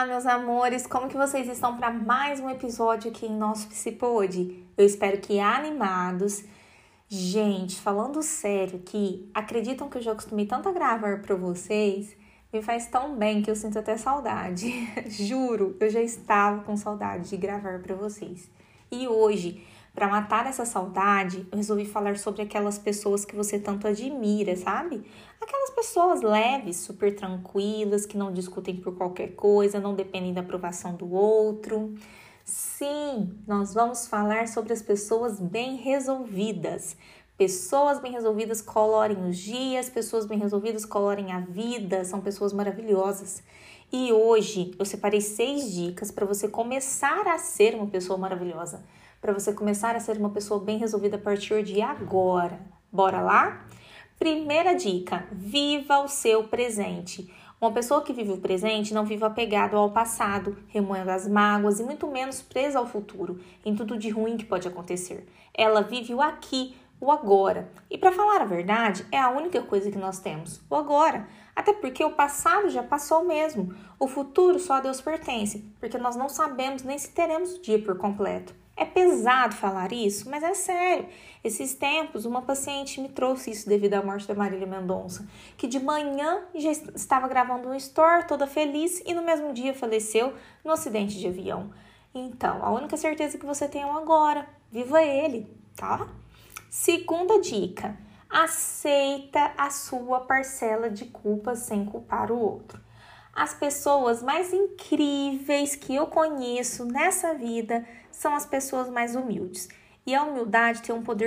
Olá, meus amores, como que vocês estão para mais um episódio aqui em nosso Psipode? Eu espero que animados. Gente, falando sério aqui, acreditam que eu já acostumei tanto a gravar para vocês? Me faz tão bem que eu sinto até saudade. Juro, eu já estava com saudade de gravar para vocês. E hoje, para matar essa saudade, eu resolvi falar sobre aquelas pessoas que você tanto admira, sabe? Aquelas pessoas leves, super tranquilas, que não discutem por qualquer coisa, não dependem da aprovação do outro. Sim, nós vamos falar sobre as pessoas bem resolvidas. Pessoas bem resolvidas colorem os dias, pessoas bem resolvidas colorem a vida, são pessoas maravilhosas. E hoje eu separei 6 dicas para você começar a ser uma pessoa maravilhosa, para você começar a ser uma pessoa bem resolvida a partir de agora. Bora lá? Primeira dica, viva o seu presente. Uma pessoa que vive o presente não vive apegado ao passado, remoendo as mágoas e muito menos presa ao futuro, em tudo de ruim que pode acontecer. Ela vive o aqui, o agora. E para falar a verdade, é a única coisa que nós temos, o agora. Até porque o passado já passou mesmo. O futuro só a Deus pertence, porque nós não sabemos nem se teremos o dia por completo. É pesado falar isso, mas é sério. Esses tempos, uma paciente me trouxe isso devido à morte da Marília Mendonça, que de manhã já estava gravando um story toda feliz e no mesmo dia faleceu no acidente de avião. Então, a única certeza que você tem é o agora. Viva ele, tá? Segunda dica, aceita a sua parcela de culpa sem culpar o outro. As pessoas mais incríveis que eu conheço nessa vida são as pessoas mais humildes. E a humildade tem um poder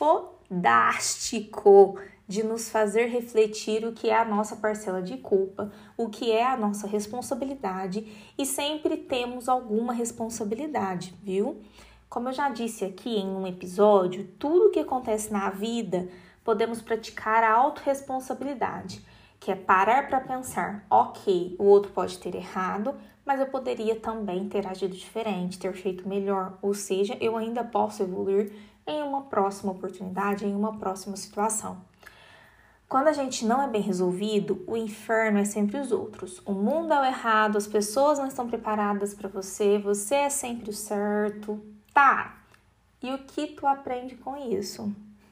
fodástico de nos fazer refletir o que é a nossa parcela de culpa, o que é a nossa responsabilidade, e sempre temos alguma responsabilidade, viu? Como eu já disse aqui em um episódio, tudo que acontece na vida podemos praticar a autorresponsabilidade, que é parar para pensar, ok, o outro pode ter errado, mas eu poderia também ter agido diferente, ter feito melhor, ou seja, eu ainda posso evoluir em uma próxima oportunidade, em uma próxima situação. Quando a gente não é bem resolvido, o inferno é sempre os outros. O mundo é o errado, as pessoas não estão preparadas para você é sempre o certo. Tá, e o que tu aprende com isso?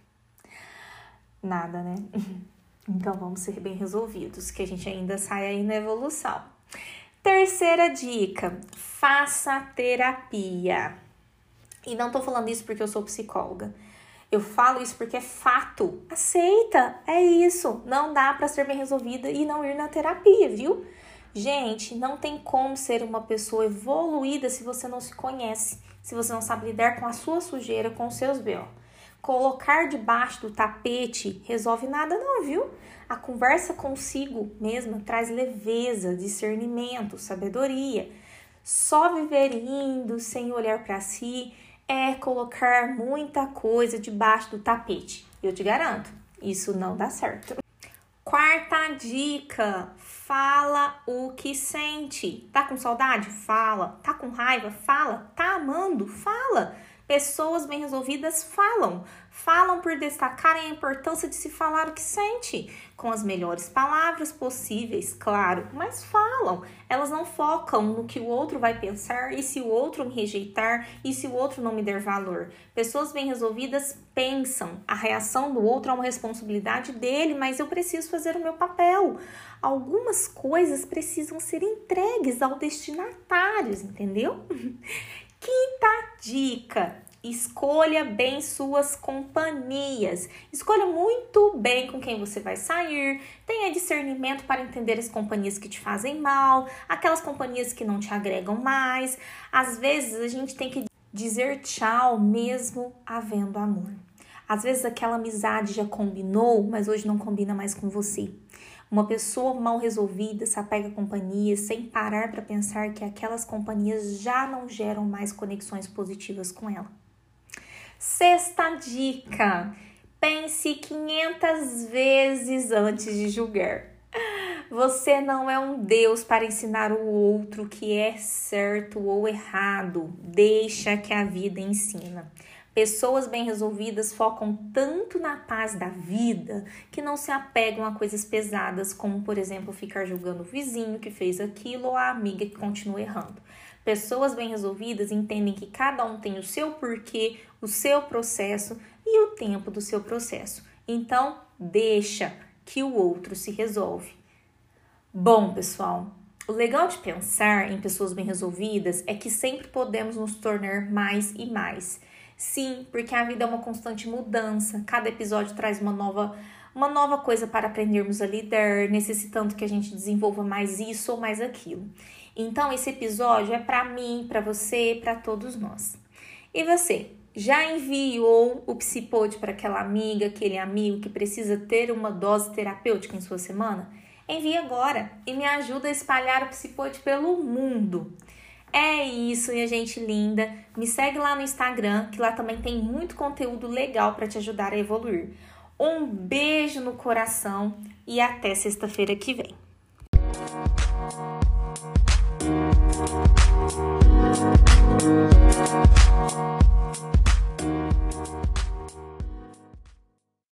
Nada, né? Então vamos ser bem resolvidos, que a gente ainda sai aí na evolução. Terceira dica, faça terapia. E não tô falando isso porque eu sou psicóloga. Eu falo isso porque é fato. Aceita, é isso. Não dá pra ser bem resolvida e não ir na terapia, viu? Gente, não tem como ser uma pessoa evoluída se você não se conhece, se você não sabe lidar com a sua sujeira, com os seus B.O. Colocar debaixo do tapete resolve nada não, viu? A conversa consigo mesma traz leveza, discernimento, sabedoria. Só viver indo, sem olhar para si, é colocar muita coisa debaixo do tapete. Eu te garanto, isso não dá certo. Quarta dica, fala o que sente. Tá com saudade? Fala. Tá com raiva? Fala. Tá amando? Fala. Pessoas bem resolvidas falam por destacarem a importância de se falar o que sente, com as melhores palavras possíveis, claro, mas falam. Elas não focam no que o outro vai pensar e se o outro me rejeitar e se o outro não me der valor. Pessoas bem resolvidas pensam, a reação do outro é uma responsabilidade dele, mas eu preciso fazer o meu papel. Algumas coisas precisam ser entregues ao destinatários, entendeu? Quinta dica, escolha bem suas companhias. Escolha muito bem com quem você vai sair. Tenha discernimento para entender as companhias que te fazem mal, aquelas companhias que não te agregam mais. Às vezes a gente tem que dizer tchau mesmo havendo amor. Às vezes aquela amizade já combinou, mas hoje não combina mais com você. Uma pessoa mal resolvida se apega a companhias sem parar para pensar que aquelas companhias já não geram mais conexões positivas com ela. Sexta dica, pense 500 vezes antes de julgar. Você não é um Deus para ensinar o outro o que é certo ou errado. Deixa que a vida ensina. Pessoas bem resolvidas focam tanto na paz da vida que não se apegam a coisas pesadas, como, por exemplo, ficar julgando o vizinho que fez aquilo ou a amiga que continua errando. Pessoas bem resolvidas entendem que cada um tem o seu porquê, o seu processo e o tempo do seu processo. Então, deixa que o outro se resolve. Bom, pessoal, o legal de pensar em pessoas bem resolvidas é que sempre podemos nos tornar mais e mais. Sim, porque a vida é uma constante mudança. Cada episódio traz uma nova coisa para aprendermos a lidar, necessitando que a gente desenvolva mais isso ou mais aquilo. Então, esse episódio é para mim, para você, para todos nós. E você, já enviou o Psipod para aquela amiga, aquele amigo que precisa ter uma dose terapêutica em sua semana? Envie agora e me ajuda a espalhar o Psipod pelo mundo. É isso, minha gente linda. Me segue lá no Instagram, que lá também tem muito conteúdo legal para te ajudar a evoluir. Um beijo no coração e até sexta-feira que vem.